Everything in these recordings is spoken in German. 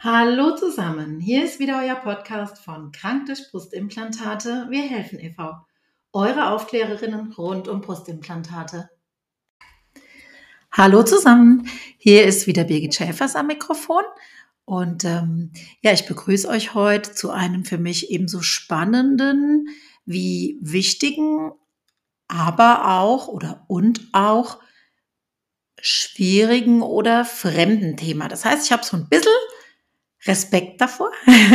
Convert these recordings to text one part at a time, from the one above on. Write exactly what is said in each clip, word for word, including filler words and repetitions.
Hallo zusammen, hier ist wieder euer Podcast von Krank durch Brustimplantate. Wir helfen e V, eure Aufklärerinnen rund um Brustimplantate. Hallo zusammen, hier ist wieder Birgit Schäfers am Mikrofon und ähm, ja, ich begrüße euch heute zu einem für mich ebenso spannenden wie wichtigen, aber auch oder und auch schwierigen oder fremden Thema. Das heißt, ich habe so ein bisschen Respekt davor,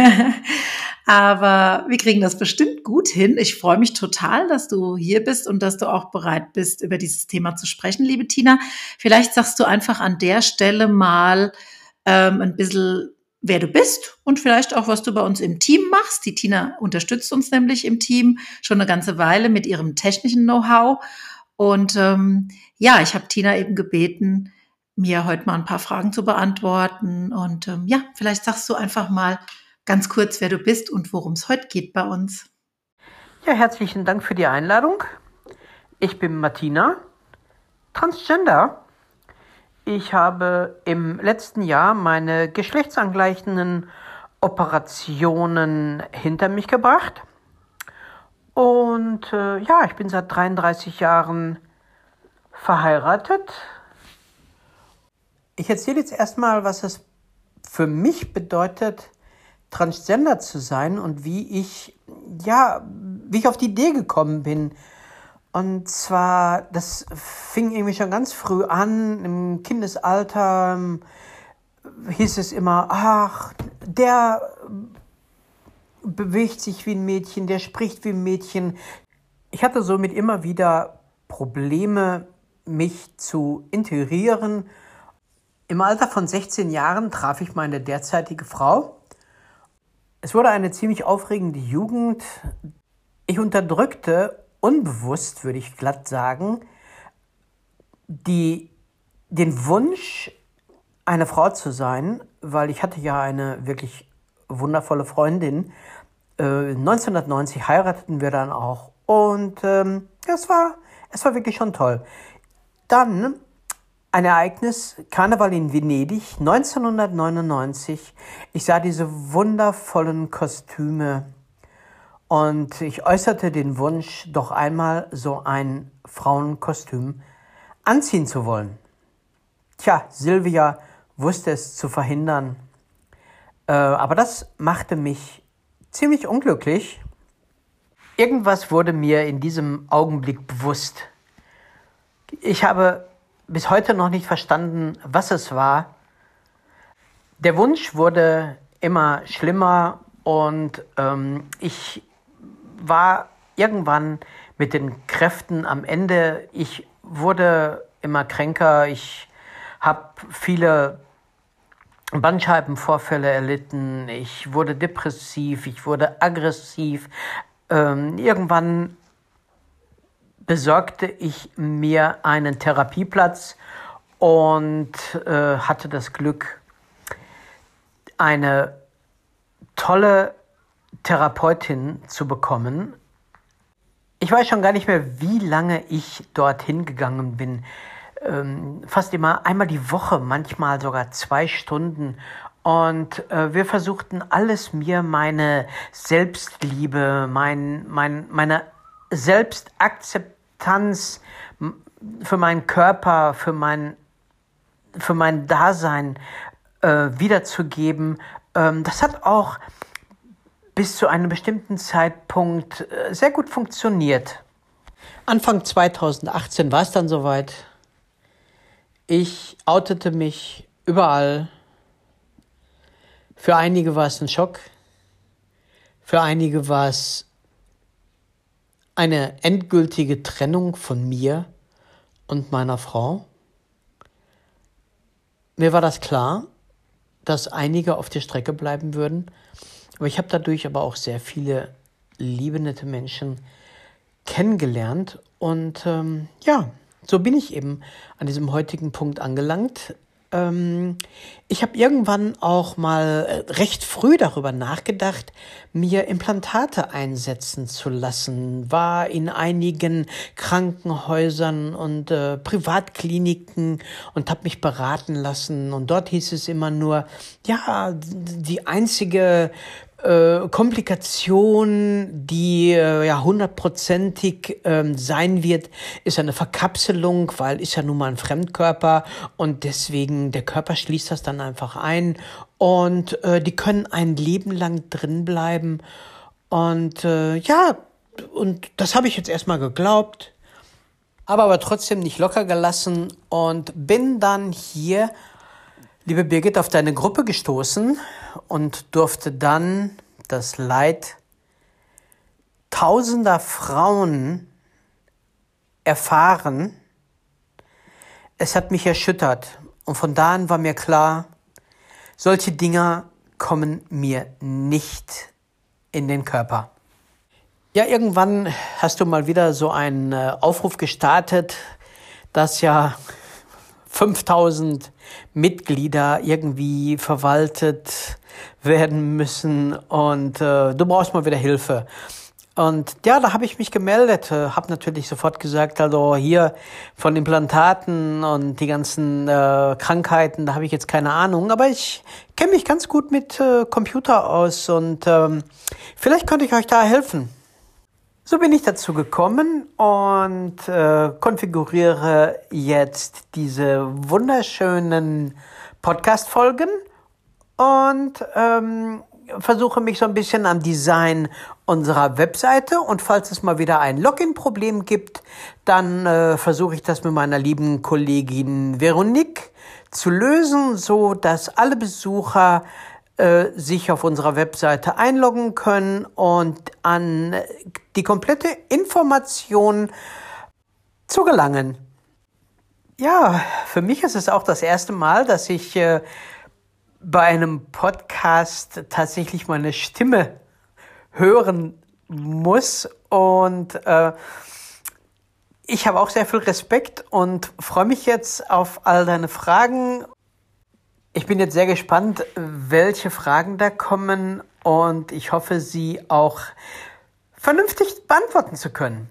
aber wir kriegen das bestimmt gut hin. Ich freue mich total, dass du hier bist und dass du auch bereit bist, über dieses Thema zu sprechen, liebe Tina. Vielleicht sagst du einfach an der Stelle mal ähm, ein bisschen, wer du bist und vielleicht auch, was du bei uns im Team machst. Die Tina unterstützt uns nämlich im Team schon eine ganze Weile mit ihrem technischen Know-how. Und ähm, ja, ich habe Tina eben gebeten, mir heute mal ein paar Fragen zu beantworten. Und ähm, ja, vielleicht sagst du einfach mal ganz kurz, wer du bist und worum es heute geht bei uns. Ja, herzlichen Dank für die Einladung. Ich bin Martina, Transgender. Ich habe im letzten Jahr meine geschlechtsangleichenden Operationen hinter mich gebracht. Und äh, ja, ich bin seit dreiunddreißig Jahren verheiratet. Ich erzähle jetzt erstmal, was es für mich bedeutet, Transgender zu sein und wie ich, ja, wie ich auf die Idee gekommen bin. Und zwar, das fing irgendwie schon ganz früh an, im Kindesalter ähm, hieß es immer, ach, der bewegt sich wie ein Mädchen, der spricht wie ein Mädchen. Ich hatte somit immer wieder Probleme, mich zu integrieren. Im Alter von sechzehn Jahren traf ich meine derzeitige Frau. Es wurde eine ziemlich aufregende Jugend. Ich unterdrückte, unbewusst würde ich glatt sagen, die, den Wunsch, eine Frau zu sein, weil ich hatte ja eine wirklich wundervolle Freundin. Äh, neunzehnhundertneunzig heirateten wir dann auch und ähm, es war, es war wirklich schon toll. Dann ein Ereignis, Karneval in Venedig, neunzehnhundertneunundneunzig. Ich sah diese wundervollen Kostüme und ich äußerte den Wunsch, doch einmal so ein Frauenkostüm anziehen zu wollen. Tja, Silvia wusste es zu verhindern, äh, aber das machte mich ziemlich unglücklich. Irgendwas wurde mir in diesem Augenblick bewusst. Ich habe bis heute noch nicht verstanden, was es war. Der Wunsch wurde immer schlimmer und ähm, ich war irgendwann mit den Kräften am Ende. Ich wurde immer kränker. Ich habe viele Bandscheibenvorfälle erlitten. Ich wurde depressiv. Ich wurde aggressiv. Ähm, irgendwann besorgte ich mir einen Therapieplatz und äh, hatte das Glück, eine tolle Therapeutin zu bekommen. Ich weiß schon gar nicht mehr, wie lange ich dorthin gegangen bin. Ähm, fast immer einmal die Woche, manchmal sogar zwei Stunden. Und äh, wir versuchten alles mir, meine Selbstliebe, mein, mein, meine Selbstakzeptanz für meinen Körper, für mein, für mein Dasein äh, wiederzugeben. Ähm, das hat auch bis zu einem bestimmten Zeitpunkt äh, sehr gut funktioniert. Anfang zweitausendachtzehn war es dann soweit. Ich outete mich überall. Für einige war es ein Schock. Für einige war es eine endgültige Trennung von mir und meiner Frau. Mir war das klar, dass einige auf der Strecke bleiben würden. Aber ich habe dadurch aber auch sehr viele liebe, nette Menschen kennengelernt. Und ähm, ja, so bin ich eben an diesem heutigen Punkt angelangt. Ähm, ich habe irgendwann auch mal äh, recht früh darüber nachgedacht, mir Implantate einsetzen zu lassen. War in einigen Krankenhäusern und äh, Privatkliniken und habe mich beraten lassen. Und dort hieß es immer nur, ja, die einzige äh, Komplikation, die äh, ja hundertprozentig ähm, sein wird, ist eine Verkapselung, weil ist ja nun mal ein Fremdkörper und deswegen der Körper schließt das dann einfach ein und äh, die können ein Leben lang drin bleiben und äh, ja, und das habe ich jetzt erstmal geglaubt, habe aber trotzdem nicht locker gelassen und bin dann hier, liebe Birgit, auf deine Gruppe gestoßen und durfte dann das Leid tausender Frauen erfahren. Es hat mich erschüttert und von da an war mir klar, solche Dinger kommen mir nicht in den Körper. Ja, irgendwann hast du mal wieder so einen äh, Aufruf gestartet, dass ja fünftausend Mitglieder irgendwie verwaltet werden müssen und äh, du brauchst mal wieder Hilfe. Und ja, da habe ich mich gemeldet, äh, habe natürlich sofort gesagt, also hier von Implantaten und die ganzen äh, Krankheiten, da habe ich jetzt keine Ahnung, aber ich kenne mich ganz gut mit äh, Computer aus und ähm, vielleicht könnte ich euch da helfen. So bin ich dazu gekommen und äh, konfiguriere jetzt diese wunderschönen Podcast-Folgen und ähm, versuche mich so ein bisschen am Design unserer Webseite. Und falls es mal wieder ein Login-Problem gibt, dann äh, versuche ich das mit meiner lieben Kollegin Veronique zu lösen, so dass alle Besucher sich auf unserer Webseite einloggen können und an die komplette Information zu gelangen. Ja, für mich ist es auch das erste Mal, dass ich äh, bei einem Podcast tatsächlich meine Stimme hören muss und äh, ich habe auch sehr viel Respekt und freue mich jetzt auf all deine Fragen. Ich bin jetzt sehr gespannt, welche Fragen da kommen und ich hoffe, sie auch vernünftig beantworten zu können.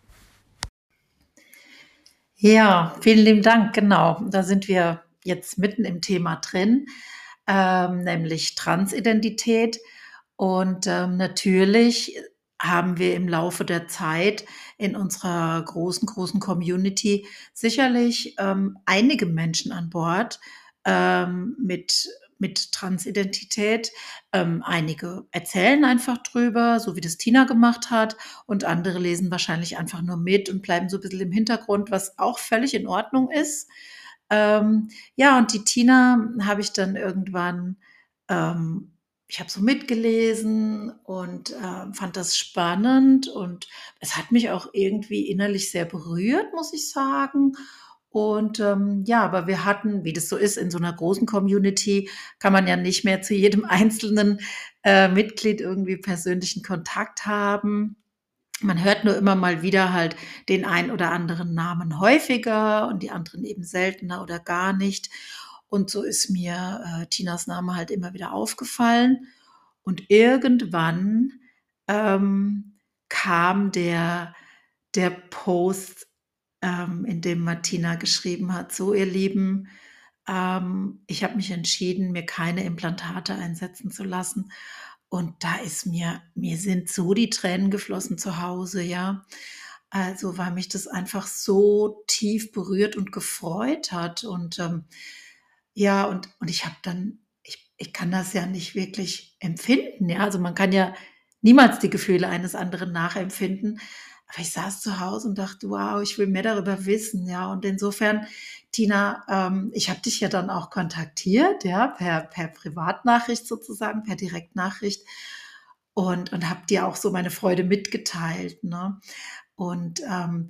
Ja, vielen lieben Dank. Genau, da sind wir jetzt mitten im Thema drin, ähm, nämlich Transidentität. Und ähm, natürlich haben wir im Laufe der Zeit in unserer großen, großen Community sicherlich ähm, einige Menschen an Bord, ähm, mit, mit Transidentität. Ähm, einige erzählen einfach drüber, so wie das Tina gemacht hat, und andere lesen wahrscheinlich einfach nur mit und bleiben so ein bisschen im Hintergrund, was auch völlig in Ordnung ist. Ähm, ja, und die Tina habe ich dann irgendwann, ähm, ich habe so mitgelesen und äh, fand das spannend und es hat mich auch irgendwie innerlich sehr berührt, muss ich sagen. Und ähm, ja, aber wir hatten, wie das so ist, in so einer großen Community kann man ja nicht mehr zu jedem einzelnen äh, Mitglied irgendwie persönlichen Kontakt haben. Man hört nur immer mal wieder halt den ein oder anderen Namen häufiger und die anderen eben seltener oder gar nicht. Und so ist mir äh, Tinas Name halt immer wieder aufgefallen. Und irgendwann ähm, kam der, der Post, ähm, in dem Martina geschrieben hat, so ihr Lieben, ähm, ich habe mich entschieden, mir keine Implantate einsetzen zu lassen. Und da ist mir, mir sind so die Tränen geflossen zu Hause, ja. Also, weil mich das einfach so tief berührt und gefreut hat. Und ähm, ja, und, und ich habe dann, ich, ich kann das ja nicht wirklich empfinden, ja. Also man kann ja niemals die Gefühle eines anderen nachempfinden. Aber ich saß zu Hause und dachte, wow, ich will mehr darüber wissen, ja. Und insofern, Tina, ähm, ich habe dich ja dann auch kontaktiert, ja, per, per Privatnachricht sozusagen, per Direktnachricht und, und habe dir auch so meine Freude mitgeteilt, ne? Und ähm,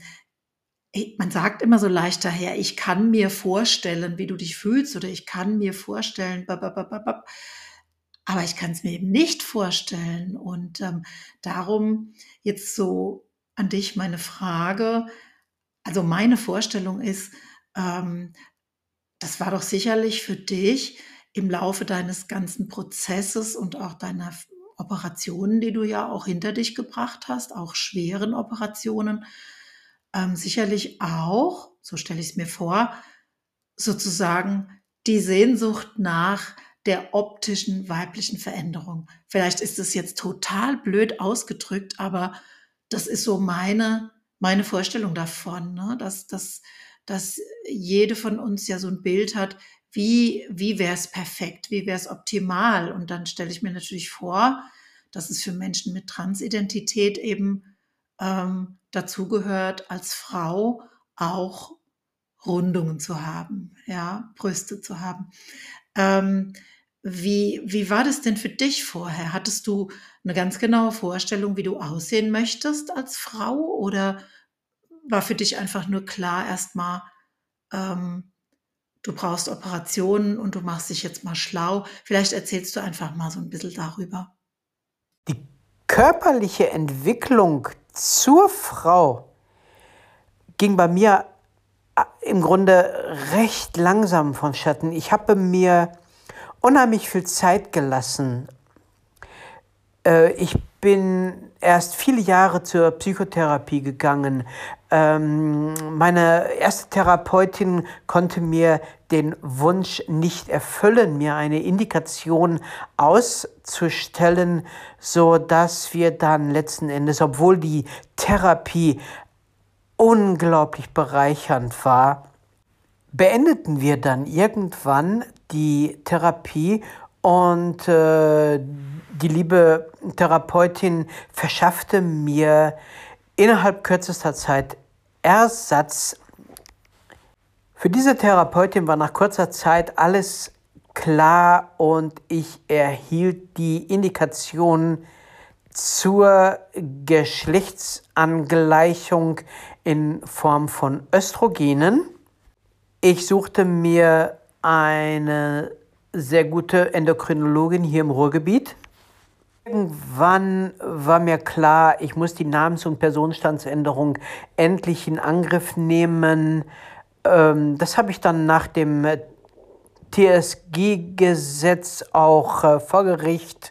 man sagt immer so leicht daher, ich kann mir vorstellen, wie du dich fühlst, oder ich kann mir vorstellen, bababababab, aber ich kann es mir eben nicht vorstellen. Und ähm, darum jetzt so an dich meine Frage. Also meine Vorstellung ist, ähm, Das war doch sicherlich für dich im Laufe deines ganzen Prozesses und auch deiner F Operationen, die du ja auch hinter dich gebracht hast, auch schweren Operationen, ähm, sicherlich auch, so stelle ich's mir vor, sozusagen die Sehnsucht nach der optischen weiblichen Veränderung. Vielleicht ist es jetzt total blöd ausgedrückt, aber das ist so meine meine Vorstellung davon, ne? Dass dass dass jede von uns ja so 'n Bild hat, wie wie wär's perfekt, wie wär's optimal? Und dann stelle ich mir natürlich vor, dass es für Menschen mit Transidentität eben, ähm, dazugehört, als Frau auch Rundungen zu haben, ja, Brüste zu haben. Ähm, wie wie war das denn für dich vorher? Hattest du 'ne ganz genaue Vorstellung, wie du aussehen möchtest als Frau oder war für dich einfach nur klar erst mal, ähm, du brauchst Operationen und du machst dich jetzt mal schlau? Vielleicht erzählst du einfach mal so 'n bisschen darüber. Die körperliche Entwicklung zur Frau ging bei mir a im Grunde recht langsam vonstatten. Ich habe mir unheimlich viel Zeit gelassen. Äh, ich bin erst viele Jahre zur Psychotherapie gegangen. Ähm, meine erste Therapeutin konnte mir den Wunsch nicht erfüllen, mir eine Indikation auszustellen, sodass wir dann letzten Endes, obwohl die Therapie unglaublich bereichernd war, beendeten wir dann irgendwann die Therapie und, äh, die liebe Therapeutin verschaffte mir innerhalb kürzester Zeit Ersatz. Für diese Therapeutin war nach kurzer Zeit alles klar und ich erhielt die Indikation zur Geschlechtsangleichung in Form von Östrogenen. Ich suchte mir eine sehr gute Endokrinologin hier im Ruhrgebiet. Irgendwann war mir klar, ich muss die Namens und Personenstandsänderung endlich in Angriff nehmen. Ähm, das habe ich dann nach dem T S G-Gesetz auch, äh, vor Gericht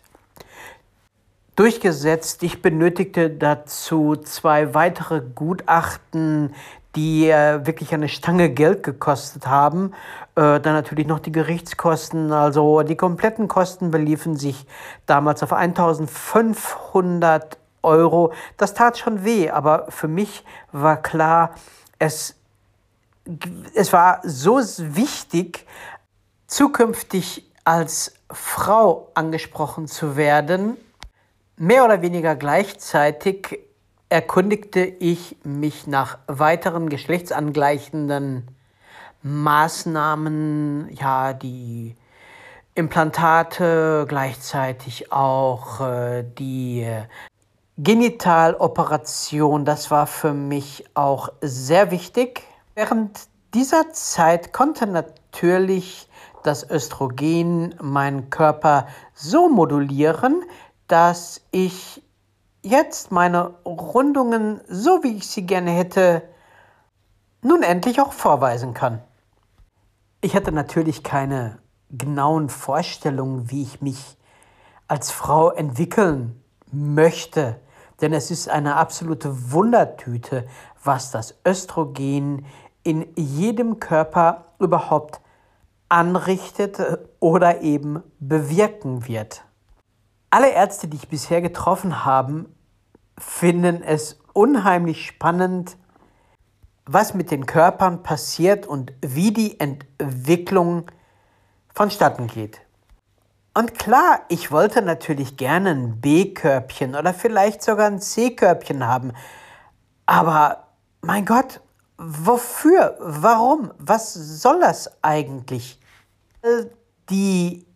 durchgesetzt. Ich benötigte dazu zwei weitere Gutachten, die, äh, wirklich eine Stange Geld gekostet haben. Äh, dann natürlich noch die Gerichtskosten. Also, die kompletten Kosten beliefen sich damals auf eintausendfünfhundert Euro. Das tat schon weh, aber für mich war klar, es g es war so s wichtig, zukünftig als Frau angesprochen zu werden. Mehr oder weniger gleichzeitig erkundigte ich mich nach weiteren geschlechtsangleichenden Maßnahmen, ja, die Implantate, gleichzeitig auch, äh, die Genitaloperation. Das war für mich auch sehr wichtig. Während dieser Zeit konnte natürlich das Östrogen meinen Körper so modulieren, dass ich jetzt meine Rundungen, so wie ich sie gerne hätte, nun endlich auch vorweisen kann. Ich hatte natürlich keine genauen Vorstellungen, wie ich mich als Frau entwickeln möchte, denn es ist eine absolute Wundertüte, was das Östrogen in jedem Körper überhaupt anrichtet oder eben bewirken wird. Alle Ärzte, die ich bisher getroffen habe, finden es unheimlich spannend, was mit den Körpern passiert und wie die Entwicklung vonstatten geht. Und klar, ich wollte natürlich gerne ein B-Körbchen oder vielleicht sogar ein C-Körbchen haben. Aber mein Gott, wofür? Warum? Was soll das eigentlich? Die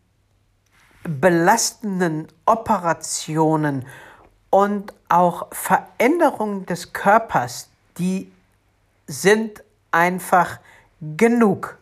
belastenden Operationen und auch Veränderungen des Körpers, die sind einfach genug.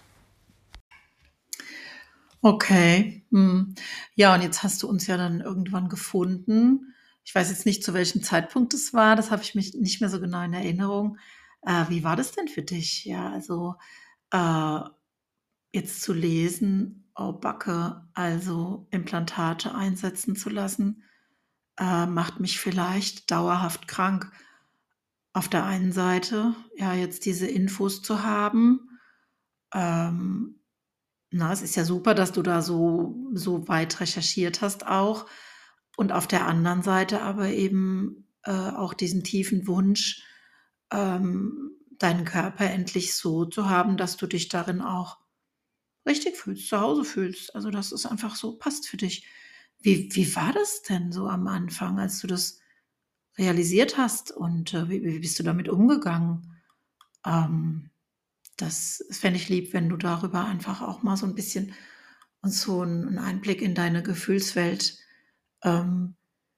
Okay, mhm. Ja, und jetzt hast du uns ja dann irgendwann gefunden. Ich weiß jetzt nicht, zu welchem Zeitpunkt es war, das habe ich mich nicht mehr so genau in Erinnerung. Äh, wie war das denn für dich? Ja, also, äh jetzt zu lesen, oh Backe, also Implantate einsetzen zu lassen, äh, macht mich vielleicht dauerhaft krank. Auf der einen Seite, ja, jetzt diese Infos zu haben, ähm, na, es ist ja super, dass du da so so weit recherchiert hast auch. Und auf der anderen Seite aber eben, äh, auch diesen tiefen Wunsch, ähm, deinen Körper endlich so zu haben, dass du dich darin auch richtig fühlst, zu Hause fühlst. Also, dass es einfach so passt für dich. Wie wie war das denn so am Anfang, als du das realisiert hast und, äh, wie wie bist du damit umgegangen? Ähm, das fände ich lieb, wenn du darüber einfach auch mal so ein bisschen uns so 'n 'n Einblick in deine Gefühlswelt, ähm,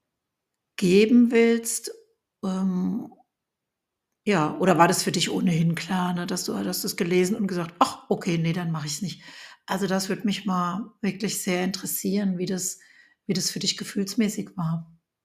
geben willst. Ähm, ja, oder war das für dich ohnehin klar, ne, dass du hast das gelesen und gesagt: „Ach, okay, ne, dann mache ich's nicht.“ Also, das würde mich mal wirklich sehr interessieren, wie das wie das für dich gefühlsmäßig war.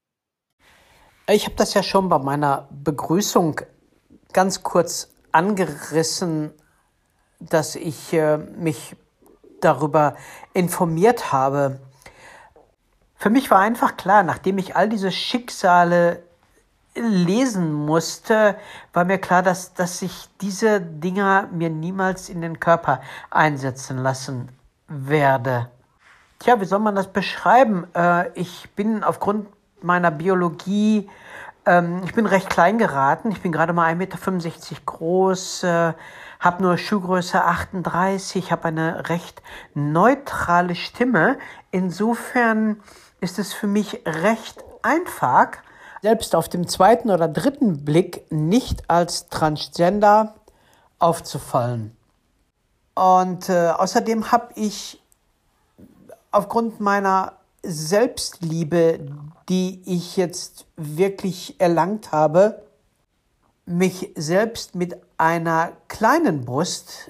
Ich habe das ja schon bei meiner Begrüßung ganz kurz angerissen, dass ich äh, mich darüber informiert habe. Für mich war einfach klar, nachdem ich all diese Schicksale lesen musste, war mir klar, dass, dass ich diese Dinger mir niemals in den Körper einsetzen lassen werde. Tja, wie soll man das beschreiben? Äh, ich bin aufgrund meiner Biologie, ähm, ich bin recht klein geraten. Ich bin gerade mal ein Meter fünfundsechzig groß, äh, habe nur Schuhgröße achtunddreißig, habe eine recht neutrale Stimme. Insofern ist es für mich recht einfach, selbst auf dem zweiten oder dritten Blick nicht als Transgender aufzufallen. Und äh, außerdem habe ich aufgrund meiner Selbstliebe, die ich jetzt wirklich erlangt habe, mich selbst mit einer kleinen Brust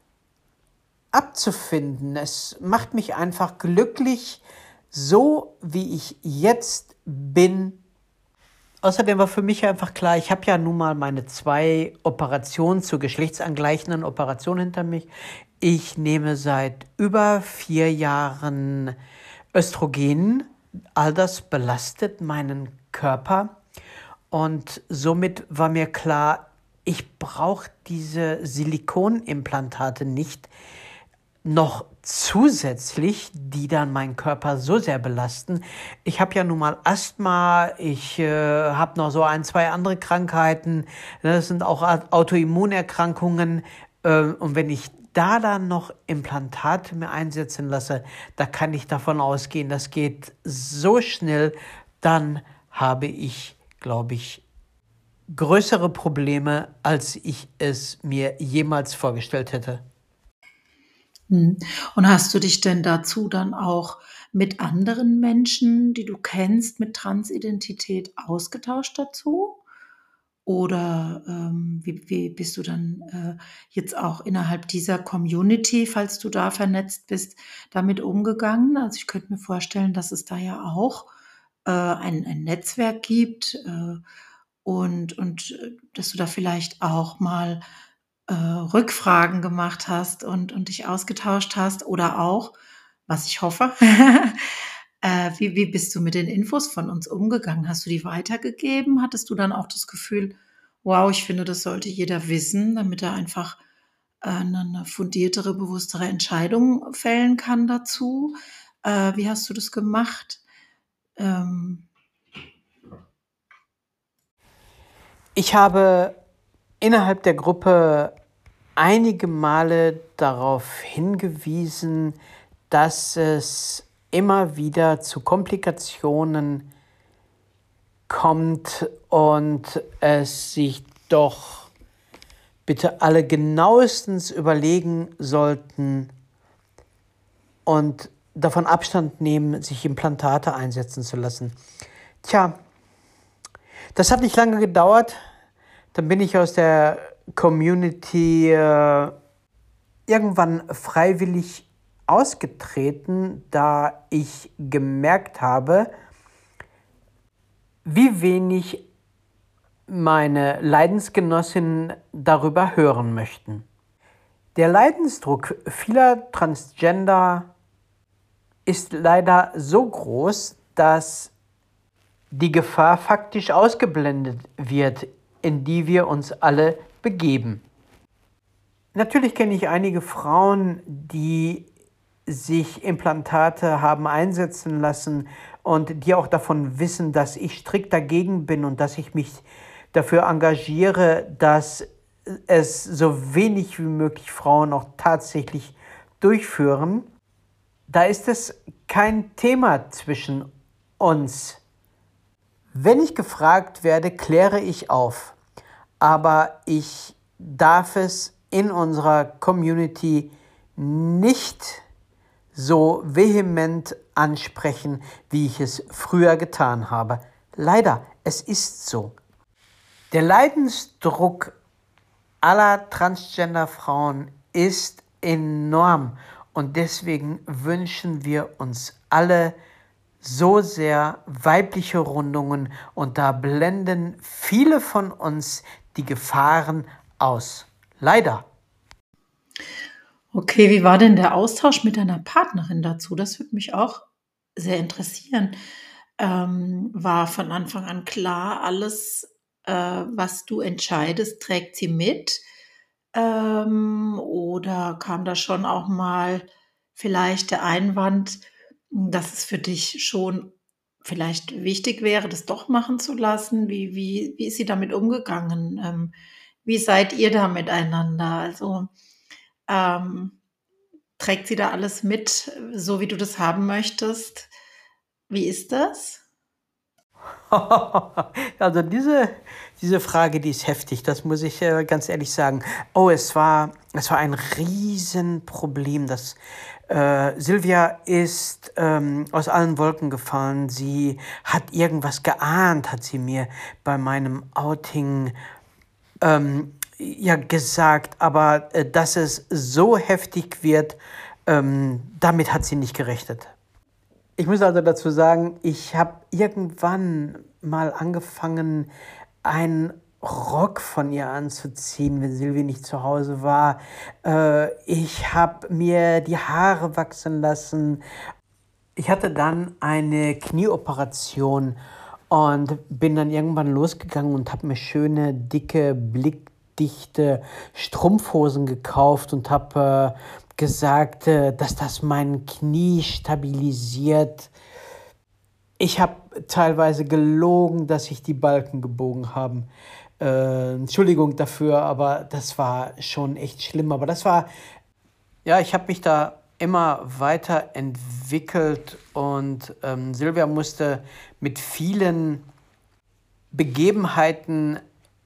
abzufinden. Es macht mich einfach glücklich, so wie ich jetzt bin. Außerdem war für mich einfach klar, ich habe ja nun mal meine zwei Operationen zur geschlechtsangleichenden Operation hinter mich. Ich nehme seit über vier Jahren Östrogen. All das belastet meinen Körper. Und somit war mir klar, ich brauche diese Silikonimplantate nicht noch zusätzlich, die dann meinen Körper so sehr belasten. Ich habe ja nun mal Asthma, ich äh, habe noch so ein, zwei andere Krankheiten, das sind auch Autoimmunerkrankungen. Äh, und wenn ich da dann noch Implantate mir einsetzen lasse, da kann ich davon ausgehen, das geht so schnell, dann habe ich, glaube ich, größere Probleme, als ich es mir jemals vorgestellt hätte. Mhm. Und hast du dich denn dazu dann auch mit anderen Menschen, die du kennst, mit Transidentität ausgetauscht dazu? Oder, ähm, wie wie bist du dann, äh, jetzt auch innerhalb dieser Community, falls du da vernetzt bist, damit umgegangen? Also, ich könnte mir vorstellen, dass es da ja auch, äh, ein ein Netzwerk gibt, äh, und und, äh, dass du da vielleicht auch mal, äh, Rückfragen gemacht hast und und dich ausgetauscht hast oder auch, was ich hoffe, äh, wie wie bist du mit den Infos von uns umgegangen? Hast du die weitergegeben? Hattest du dann auch das Gefühl: „Wow, ich finde, das sollte jeder wissen, damit er einfach, äh, 'ne 'ne fundiertere, bewusstere Entscheidung fällen kann dazu?“ Äh, wie hast du das gemacht? Ähm, Ich habe innerhalb der Gruppe einige Male darauf hingewiesen, dass es immer wieder zu Komplikationen kommt und es sich doch bitte alle genauestens überlegen sollten und davon Abstand nehmen, sich Implantate einsetzen zu lassen. Tja, das hat nicht lange gedauert. Dann bin ich aus der Community äh, irgendwann freiwillig ausgetreten, da ich gemerkt habe, wie wenig meine Leidensgenossinnen darüber hören möchten. Der Leidensdruck vieler Transgender ist leider so groß, dass die Gefahr faktisch ausgeblendet wird, in die wir uns alle begeben. Natürlich kenne ich einige Frauen, die sich Implantate haben einsetzen lassen und die auch davon wissen, dass ich strikt dagegen bin und dass ich mich dafür engagiere, dass es so wenig wie möglich Frauen auch tatsächlich durchführen. Da ist es kein Thema zwischen uns. Wenn ich gefragt werde, kläre ich auf. Aber ich darf es in unserer Community nicht so vehement ansprechen, wie ich es früher getan habe. Leider, es ist so. Der Leidensdruck aller Transgender-Frauen ist enorm und deswegen wünschen wir uns alle so sehr weibliche Rundungen und da blenden viele von uns die Gefahren aus. Leider. Okay, wie war denn der Austausch mit deiner Partnerin dazu? Das würde mich auch sehr interessieren. Ähm, war von Anfang an klar, alles, äh, was du entscheidest, trägt sie mit? Ähm, oder kam da schon auch mal vielleicht der Einwand, dass es für dich schon vielleicht wichtig wäre, das doch machen zu lassen? Wie, wie, wie ist sie damit umgegangen? Ähm, wie seid ihr da miteinander? Also ähm, trägt sie da alles mit, so wie du das haben möchtest? Wie ist das? Also diese, diese Frage, die ist heftig, das muss ich äh, ganz ehrlich sagen. Oh, es war, es war ein Riesenproblem. Das, äh, Silvia ist ähm, aus allen Wolken gefallen. Sie hat irgendwas geahnt, hat sie mir bei meinem Outing ähm, ja, gesagt. Aber äh, dass es so heftig wird, ähm, damit hat sie nicht gerechnet. Ich muss also dazu sagen, ich habe irgendwann mal angefangen, einen Rock von ihr anzuziehen, wenn Silvi nicht zu Hause war. Äh, ich habe mir die Haare wachsen lassen. Ich hatte dann eine Knieoperation und bin dann irgendwann losgegangen und habe mir schöne, dicke, blickdichte Strumpfhosen gekauft und habe äh, gesagt, äh, dass das mein Knie stabilisiert. Ich habe teilweise gelogen, dass sich die Balken gebogen haben. Äh, Entschuldigung dafür, aber das war schon echt schlimm. Aber das war, ja, ich habe mich da immer weiterentwickelt und ähm, Silvia musste mit vielen Begebenheiten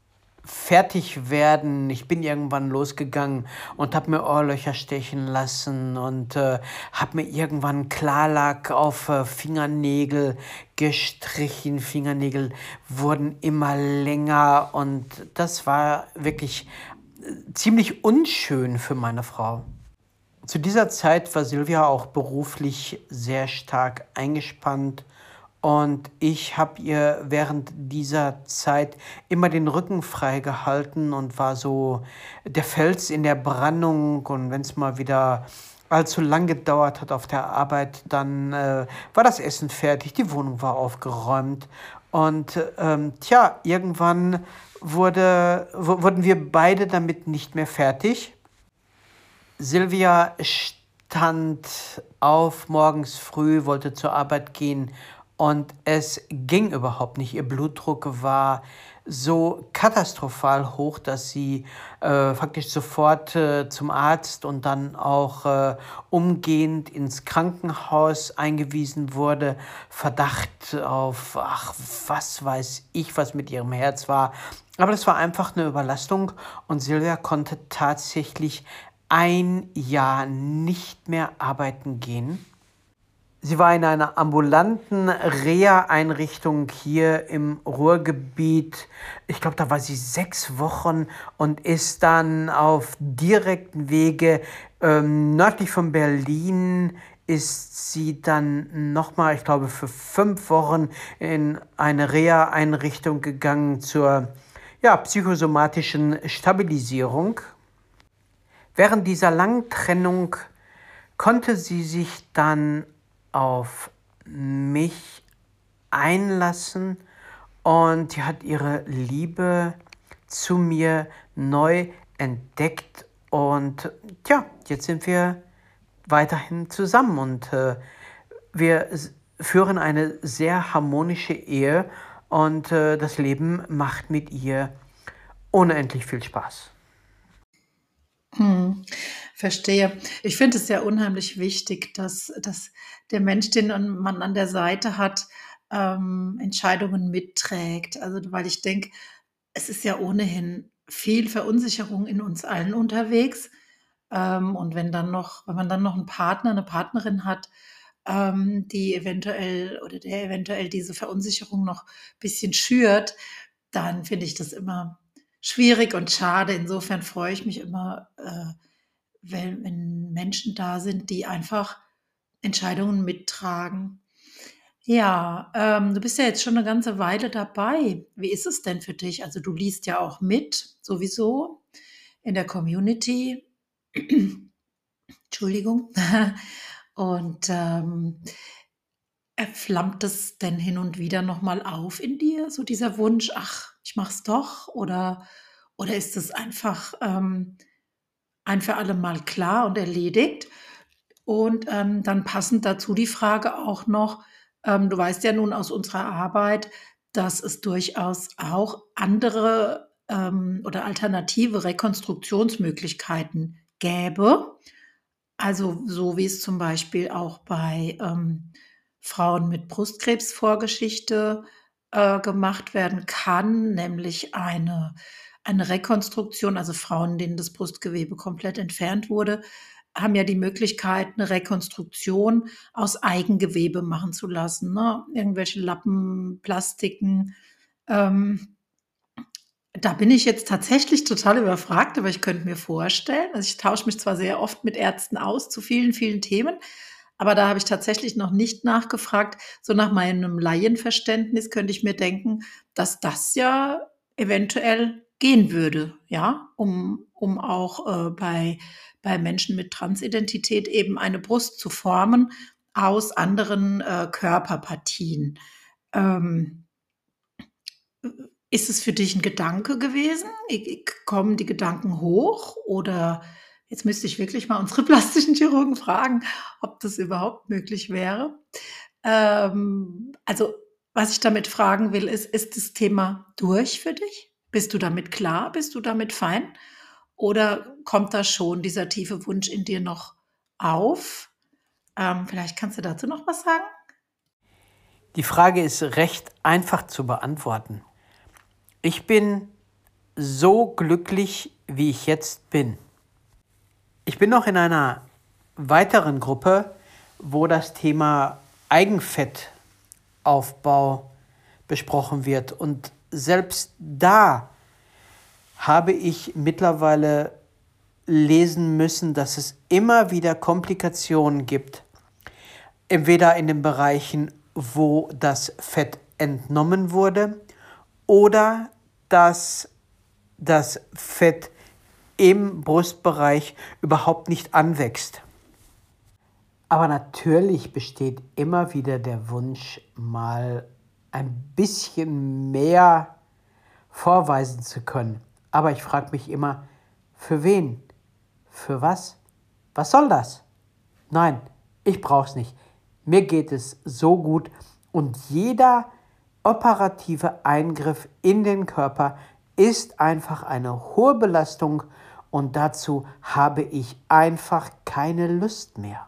fertig werden. Ich bin irgendwann losgegangen und habe mir Ohrlöcher stechen lassen und äh, habe mir irgendwann Klarlack auf äh, Fingernägel gestrichen. Fingernägel wurden immer länger und das war wirklich äh, ziemlich unschön für meine Frau. Zu dieser Zeit war Silvia auch beruflich sehr stark eingespannt und ich habe ihr während dieser Zeit immer den Rücken frei gehalten und war so der Fels in der Brandung. Und wenn es mal wieder allzu lang gedauert hat auf der Arbeit, dann äh, war das Essen fertig, die Wohnung war aufgeräumt. Und ähm, tja, irgendwann wurde, w- wurden wir beide damit nicht mehr fertig. Silvia stand auf morgens früh, wollte zur Arbeit gehen und es ging überhaupt nicht. Ihr Blutdruck war so katastrophal hoch, dass sie äh, faktisch sofort äh, zum Arzt und dann auch äh, umgehend ins Krankenhaus eingewiesen wurde. Verdacht auf, ach, was weiß ich, was mit ihrem Herz war. Aber das war einfach eine Überlastung und Silvia konnte tatsächlich ein Jahr nicht mehr arbeiten gehen. Sie war in einer ambulanten Reha-Einrichtung hier im Ruhrgebiet. Ich glaube, da war sie sechs Wochen und ist dann auf direkten Wege ähm, nördlich von Berlin ist sie dann nochmal, ich glaube, für fünf Wochen in eine Reha-Einrichtung gegangen zur ja, psychosomatischen Stabilisierung. Während dieser langen Trennung konnte sie sich dann auf mich einlassen und sie hat ihre Liebe zu mir neu entdeckt und ja, jetzt sind wir weiterhin zusammen und äh, wir s- führen eine sehr harmonische Ehe und äh, das Leben macht mit ihr unendlich viel Spaß. Mhm. Verstehe. Ich finde es ja unheimlich wichtig, dass dass der Mensch, den an man an der Seite hat, ähm, Entscheidungen mitträgt. Also, weil ich denke, es ist ja ohnehin viel Verunsicherung in uns allen unterwegs. Ähm, und wenn dann noch wenn man dann noch einen Partner, eine Partnerin hat, ähm, die eventuell oder der eventuell diese Verunsicherung noch ein bisschen schürt, dann finde ich das immer schwierig und schade. Insofern freue ich mich immer, äh, wenn wenn Menschen da sind, die einfach Entscheidungen mittragen. Ja, ähm, du bist ja jetzt schon eine ganze Weile dabei. Wie ist es denn für dich? Also, du liest ja auch mit, sowieso in der Community. Entschuldigung. Und, ähm, äh, flammt es denn hin und wieder noch mal auf in dir, so dieser Wunsch: „Ach, ich mache es doch“, oder oder ist es einfach, ähm, ein für alle Mal klar und erledigt? Und, ähm, dann passend dazu die Frage auch noch, ähm, du weißt ja nun aus unserer Arbeit, dass es durchaus auch andere, ähm, oder alternative Rekonstruktionsmöglichkeiten gäbe. Also, so wie es zum Beispiel auch bei, ähm, Frauen mit Brustkrebsvorgeschichte, äh, gemacht werden kann, nämlich eine eine Rekonstruktion. Also, Frauen, denen das Brustgewebe komplett entfernt wurde, haben ja die Möglichkeit, 'ne Rekonstruktion aus Eigengewebe machen zu lassen, ne? Irgendwelche Lappen, Plastiken, ähm da bin ich jetzt tatsächlich total überfragt, aber ich könnte mir vorstellen, also, ich tausche mich zwar sehr oft mit Ärzten aus zu vielen, vielen Themen, aber da habe ich tatsächlich noch nicht nachgefragt. So nach meinem Laienverständnis könnte ich mir denken, dass das ja eventuell gehen würde, ja, um um auch, äh, bei bei Menschen mit Transidentität eben eine Brust zu formen aus anderen, äh, Körperpartien. Ähm Ist es für dich 'n Gedanke gewesen? I i kommen die Gedanken hoch, oder jetzt müsste ich wirklich mal unsere plastischen Chirurgen fragen, ob das überhaupt möglich wäre. Ähm, also, was ich damit fragen will, ist: Ist das Thema durch für dich? Bist du damit klar? Bist du damit fein? Oder kommt da schon dieser tiefe Wunsch in dir noch auf? Ähm, vielleicht kannst du dazu noch was sagen? Die Frage ist recht einfach zu beantworten. Ich bin so glücklich, wie ich jetzt bin. Ich bin noch in einer weiteren Gruppe, wo das Thema Eigenfettaufbau besprochen wird. Und selbst da habe ich mittlerweile lesen müssen, dass es immer wieder Komplikationen gibt. Entweder in den Bereichen, wo das Fett entnommen wurde, oder dass das Fett im Brustbereich überhaupt nicht anwächst. Aber natürlich besteht immer wieder der Wunsch, mal ein bisschen mehr vorweisen zu können. Aber ich frage mich immer, für wen? Für was? Was soll das? Nein, ich brauche es nicht. Mir geht es so gut und jeder operative Eingriff in den Körper ist einfach eine hohe Belastung und dazu habe ich einfach keine Lust mehr.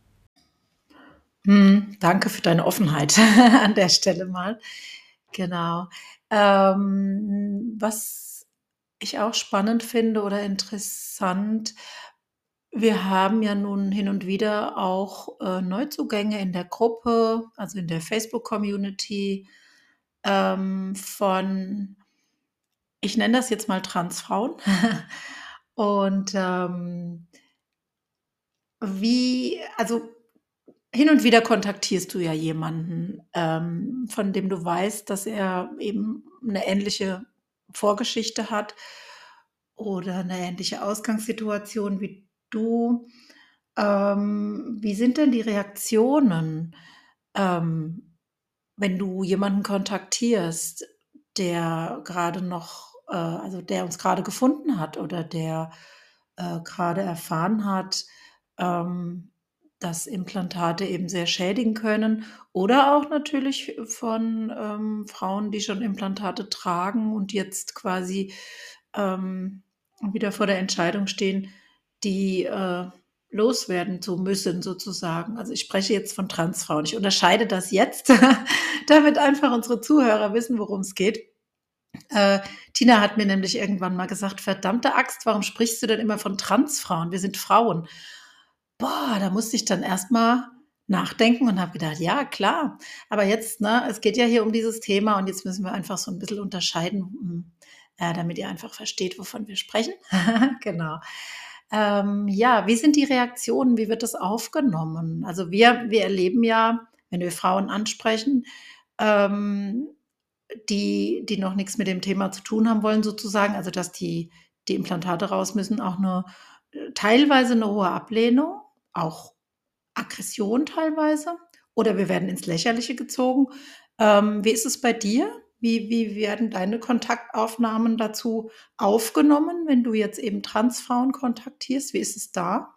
Mhm, danke für deine Offenheit an der Stelle mal. Genau. Ähm, was ich auch spannend finde oder interessant, wir haben ja nun hin und wieder auch, äh, Neuzugänge in der Gruppe, also in der Facebook-Community, ähm, von, ich nenne das jetzt mal Transfrauen. Und, ähm, wie also hin und wieder kontaktierst du ja jemanden, ähm, von dem du weißt, dass er eben 'ne ähnliche Vorgeschichte hat. oder eine ähnliche Ausgangssituation wie du. Ähm, wie sind denn die Reaktionen, ähm, wenn du jemanden kontaktierst, der gerade noch, äh, also der uns gerade gefunden hat oder der äh, gerade erfahren hat, ähm, dass Implantate eben sehr schädigen können oder auch natürlich von ähm, Frauen, die schon Implantate tragen und jetzt quasi ähm, wieder vor der Entscheidung stehen, die äh, loswerden zu müssen, sozusagen. Also ich spreche jetzt von Transfrauen. Ich unterscheide das jetzt, damit einfach unsere Zuhörer wissen, worum es geht. Äh, Tina hat mir nämlich irgendwann mal gesagt, verdammte Axt, warum sprichst du denn immer von Transfrauen? Wir sind Frauen. Boah, da musste ich dann erst mal nachdenken und habe gedacht, ja, klar. Aber jetzt, ne, es geht ja hier um dieses Thema und jetzt müssen wir einfach so ein bisschen unterscheiden, hm, äh, damit ihr einfach versteht, wovon wir sprechen. Genau. Ähm, ja, wie sind die Reaktionen? Wie wird das aufgenommen? Also wir wir erleben ja, wenn wir Frauen ansprechen, ähm, die die noch nichts mit dem Thema zu tun haben wollen sozusagen, also dass die die Implantate raus müssen, auch 'ne äh, teilweise eine hohe Ablehnung, auch Aggression teilweise oder wir werden ins Lächerliche gezogen. Ähm, wie ist es bei dir? Wie wie werden deine Kontaktaufnahmen dazu aufgenommen, wenn du jetzt eben Transfrauen kontaktierst? Wie ist es da?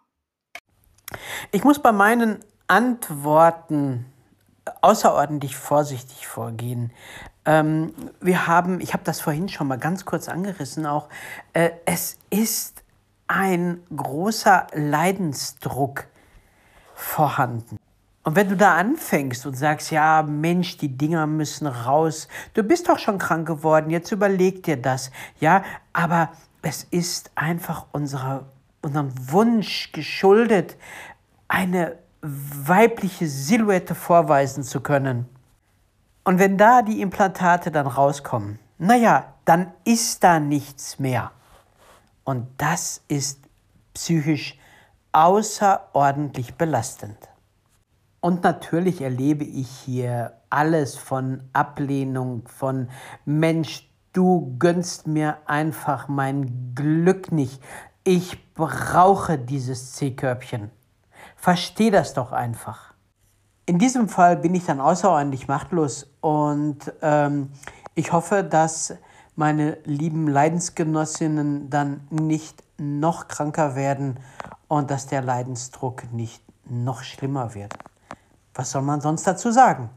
Ich muss bei meinen Antworten außerordentlich vorsichtig vorgehen. Ähm, wir haben, ich habe das vorhin schon mal ganz kurz angerissen auch, äh, es ist ein großer Leidensdruck vorhanden. Und wenn du da anfängst und sagst, ja, Mensch, die Dinger müssen raus, du bist doch schon krank geworden, jetzt überleg dir das, ja, aber es ist einfach unserer, unserem Wunsch geschuldet, eine weibliche Silhouette vorweisen zu können. Und wenn da die Implantate dann rauskommen, naja, dann ist da nichts mehr. Und das ist psychisch außerordentlich belastend. Und natürlich erlebe ich hier alles von Ablehnung, von Mensch, du gönnst mir einfach mein Glück nicht. Ich brauche dieses C-Körbchen. Versteh das doch einfach. In diesem Fall bin ich dann außerordentlich machtlos und ähm, ich hoffe, dass meine lieben Leidensgenossinnen dann nicht noch kranker werden und dass der Leidensdruck nicht noch schlimmer wird. Was soll man sonst dazu sagen?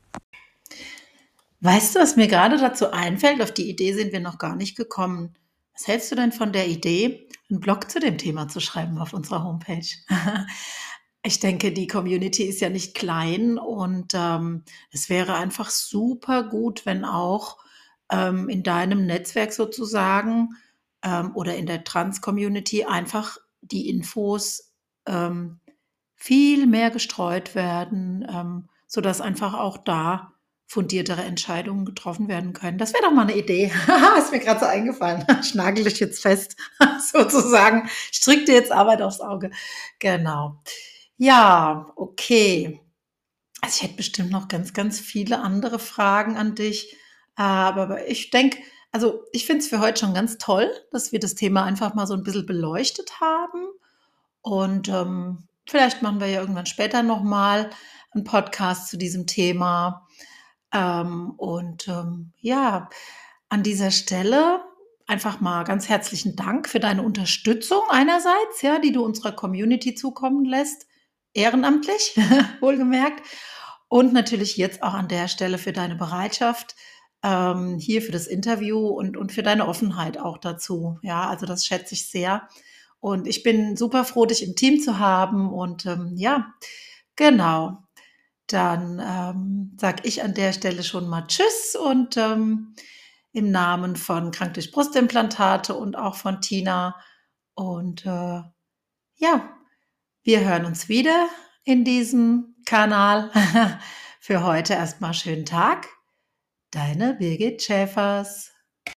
Weißt du, was mir gerade dazu einfällt? Auf die Idee sind wir noch gar nicht gekommen. Was hältst du denn von der Idee, einen Blog zu dem Thema zu schreiben auf unserer Homepage? Ich denke, die Community ist ja nicht klein und ähm, es wäre einfach super gut, wenn auch ähm, in deinem Netzwerk sozusagen ähm, oder in der Trans-Community einfach die Infos ähm, viel mehr gestreut werden, ähm, sodass einfach auch da fundiertere Entscheidungen getroffen werden können. Das wäre doch mal eine Idee. Ist mir gerade so eingefallen. Ich nagel dich jetzt fest, sozusagen. Ich drücke dir jetzt Arbeit aufs Auge. Genau. Ja, okay. Also ich hätte bestimmt noch ganz, ganz viele andere Fragen an dich. Aber ich denke, also ich finde es für heute schon ganz toll, dass wir das Thema einfach mal so ein bisschen beleuchtet haben. Und ähm, vielleicht machen wir ja irgendwann später nochmal einen Podcast zu diesem Thema. Ähm, und ähm, ja, an dieser Stelle einfach mal ganz herzlichen Dank für deine Unterstützung einerseits, ja, die du unserer Community zukommen lässt, ehrenamtlich, wohlgemerkt. Und natürlich jetzt auch an der Stelle für deine Bereitschaft, ähm, hier für das Interview und, und für deine Offenheit auch dazu. Ja, also das schätze ich sehr. Und ich bin super froh, dich im Team zu haben. Und ähm, ja, genau. Dann ähm, sage ich an der Stelle schon mal Tschüss und ähm, im Namen von Krank durch Brustimplantate und auch von Tina. Und äh, ja, wir hören uns wieder in diesem Kanal. Für heute erstmal schönen Tag. Deine Birgit Schäfers.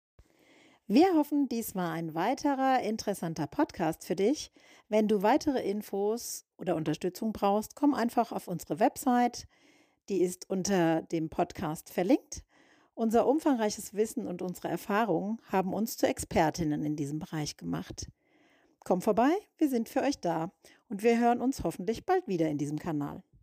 Wir hoffen, dies war ein weiterer interessanter Podcast für dich. Wenn du weitere Infos oder Unterstützung brauchst, komm einfach auf unsere Website. Die ist unter dem Podcast verlinkt. Unser umfangreiches Wissen und unsere Erfahrungen haben uns zu Expertinnen in diesem Bereich gemacht. Komm vorbei, wir sind für euch da und wir hören uns hoffentlich bald wieder in diesem Kanal.